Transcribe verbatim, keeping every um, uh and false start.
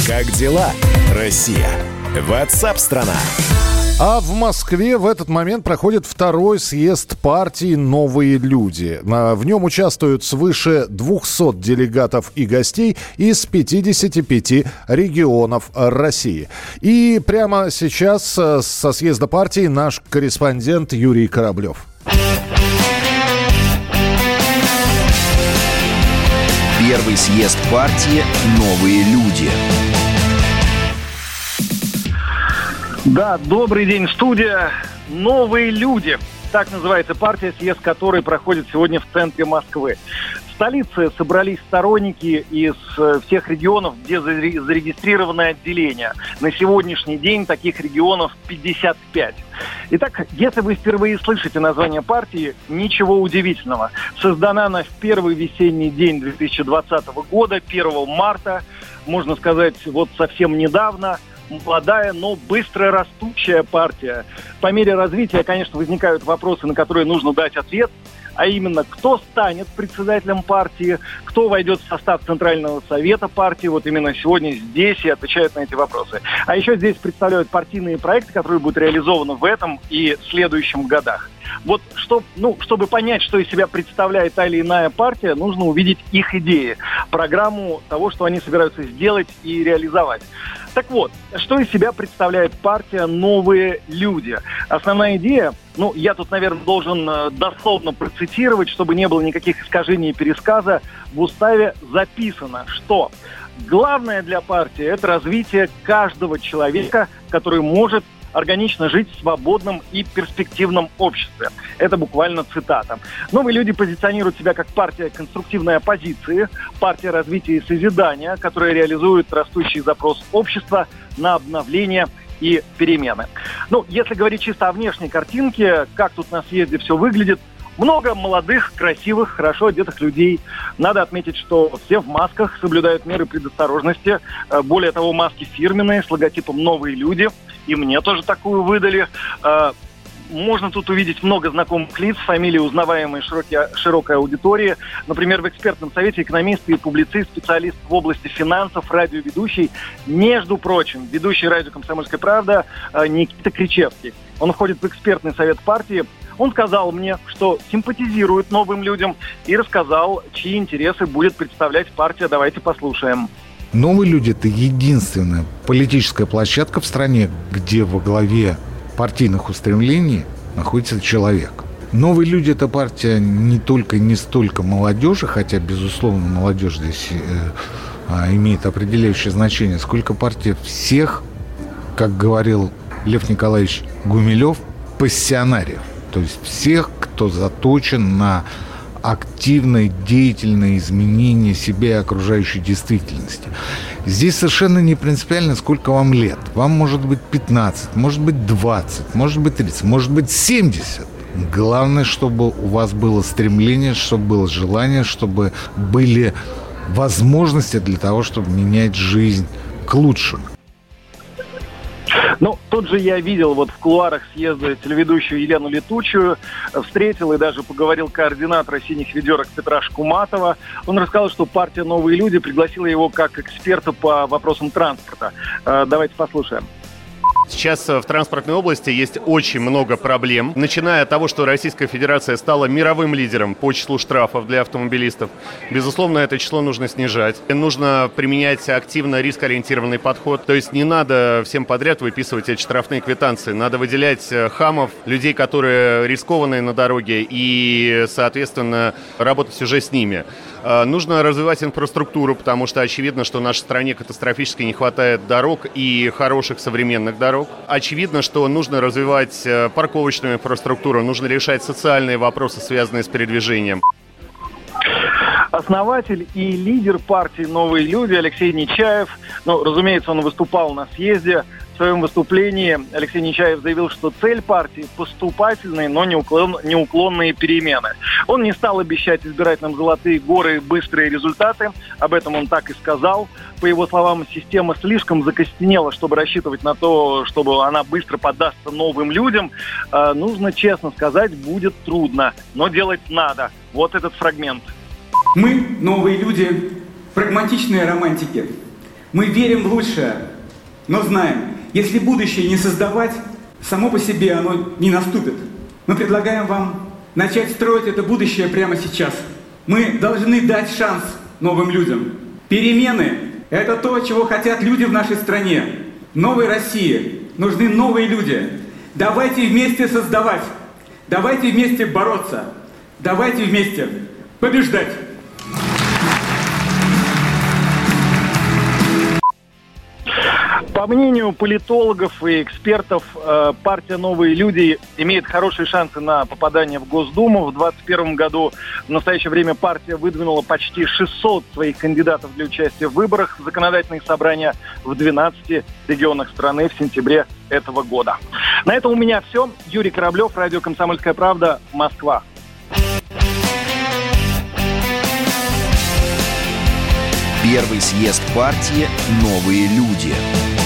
Как дела, Россия? Ватсап-страна! А в Москве в этот момент проходит второй съезд партии «Новые люди». В нем участвуют свыше двухсот делегатов и гостей из пятидесяти пяти регионов России. И прямо сейчас со съезда партии наш корреспондент Юрий Кораблев. Первый съезд партии «Новые люди». Да, добрый день, студия. «Новые люди». Так называется партия, съезд которой проходит сегодня в центре Москвы. В столице собрались сторонники из всех регионов, где зарегистрированы отделения. На сегодняшний день таких регионов пятьдесят пять. Итак, если вы впервые слышите название партии, ничего удивительного. Создана она в первый весенний день две тысячи двадцатого года, первого марта, можно сказать, вот совсем недавно. Молодая, но быстро растущая партия. По мере развития, конечно, возникают вопросы, на которые нужно дать ответ. А именно, кто станет председателем партии, кто войдет в состав Центрального совета партии. Вот именно сегодня здесь и отвечают на эти вопросы. А еще здесь представляют партийные проекты, которые будут реализованы в этом и следующем годах. Вот чтоб, ну, чтобы понять, что из себя представляет та или иная партия, нужно увидеть их идеи, программу того, что они собираются сделать и реализовать. Так вот, что из себя представляет партия «Новые люди»? Основная идея, ну, я тут, наверное, должен дословно процитировать, чтобы не было никаких искажений и пересказа. В уставе записано, что главное для партии – это развитие каждого человека, который может органично жить в свободном и перспективном обществе. Это буквально цитата. Новые люди позиционируют себя как партия конструктивной оппозиции, партия развития и созидания, которая реализует растущий запрос общества на обновление и перемены. Ну, если говорить чисто о внешней картинке, как тут на съезде все выглядит, много молодых, красивых, хорошо одетых людей. Надо отметить, что все в масках, соблюдают меры предосторожности. Более того, маски фирменные, с логотипом «Новые люди». И мне тоже такую выдали. Можно тут увидеть много знакомых лиц, фамилии, узнаваемые широкие, широкой аудитории. Например, в экспертном совете экономисты и публицист, специалист в области финансов, радиоведущий. Между прочим, ведущий радио «Комсомольская правда» Никита Кричевский. Он входит в экспертный совет партии. Он сказал мне, что симпатизирует новым людям, и рассказал, чьи интересы будет представлять партия. Давайте послушаем. «Новые люди» — это единственная политическая площадка в стране, где во главе партийных устремлений находится человек. «Новые люди» — это партия не только и не столько молодежи, хотя, безусловно, молодежь здесь э, э, имеет определяющее значение, сколько партия всех, как говорил Лев Николаевич Гумилев, пассионариев. То есть всех, кто заточен на активное, деятельное изменение себя и окружающей действительности. Здесь совершенно не принципиально, сколько вам лет. Вам может быть пятнадцать, может быть двадцать, может быть тридцать, может быть семьдесят. Главное, чтобы у вас было стремление, чтобы было желание, чтобы были возможности для того, чтобы менять жизнь к лучшему. Ну, тут же я видел вот в кулуарах съезда телеведущую Елену Летучую, встретил и даже поговорил координатора «Синих ведерок» Петра Шкуматова. Он рассказал, что партия «Новые люди» пригласила его как эксперта по вопросам транспорта. Давайте послушаем. Сейчас в транспортной области есть очень много проблем, начиная от того, что Российская Федерация стала мировым лидером по числу штрафов для автомобилистов. Безусловно, это число нужно снижать. Нужно применять активно рискоориентированный подход. То есть не надо всем подряд выписывать эти штрафные квитанции. Надо выделять хамов, людей, которые рискованные на дороге, и, соответственно, работать уже с ними. Нужно развивать инфраструктуру, потому что очевидно, что в нашей стране катастрофически не хватает дорог и хороших современных дорог. Очевидно, что нужно развивать парковочную инфраструктуру, нужно решать социальные вопросы, связанные с передвижением. Основатель и лидер партии «Новые люди» Алексей Нечаев, ну, разумеется, он выступал на съезде. В своем выступлении Алексей Нечаев заявил, что цель партии – поступательные, но неуклон, неуклонные перемены. Он не стал обещать избирателям золотые горы и быстрые результаты. Об этом он так и сказал. По его словам, система слишком закостенела, чтобы рассчитывать на то, чтобы она быстро поддастся новым людям. Э, нужно честно сказать, будет трудно, но делать надо. Вот этот фрагмент. Мы, новые люди, прагматичные романтики. Мы верим в лучшее, но знаем, если будущее не создавать, само по себе оно не наступит. Мы предлагаем вам начать строить это будущее прямо сейчас. Мы должны дать шанс новым людям. Перемены – это то, чего хотят люди в нашей стране. Новой России нужны новые люди. Давайте вместе создавать. Давайте вместе бороться. Давайте вместе побеждать. По мнению политологов и экспертов, партия «Новые люди» имеет хорошие шансы на попадание в Госдуму. В двадцать первом году в настоящее время партия выдвинула почти шестьсот своих кандидатов для участия в выборах в законодательные собрания в двенадцати регионах страны в сентябре этого года. На этом у меня все. Юрий Кораблев, радио «Комсомольская правда», Москва. Первый съезд партии «Новые люди».